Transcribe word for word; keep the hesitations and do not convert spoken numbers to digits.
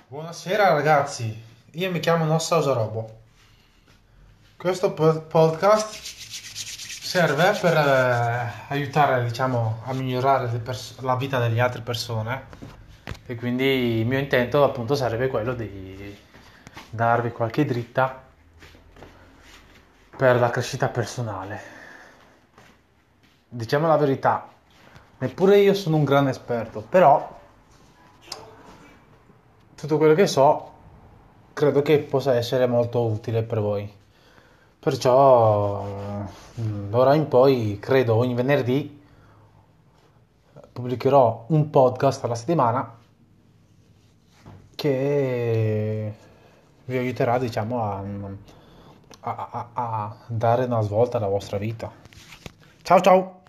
Buonasera ragazzi, io mi chiamo Nossa Osarobo. Questo po- podcast serve per eh, aiutare, diciamo, a migliorare le pers- la vita delle altre persone e quindi il mio intento appunto sarebbe quello di darvi qualche dritta per la crescita personale. Diciamo la verità, neppure io sono un gran esperto, però tutto quello che so credo che possa essere molto utile per voi. Perciò mm, d'ora in poi, credo ogni venerdì, pubblicherò un podcast alla settimana che vi aiuterà, diciamo, a, a- a- a dare una svolta alla vostra vita. Ciao ciao!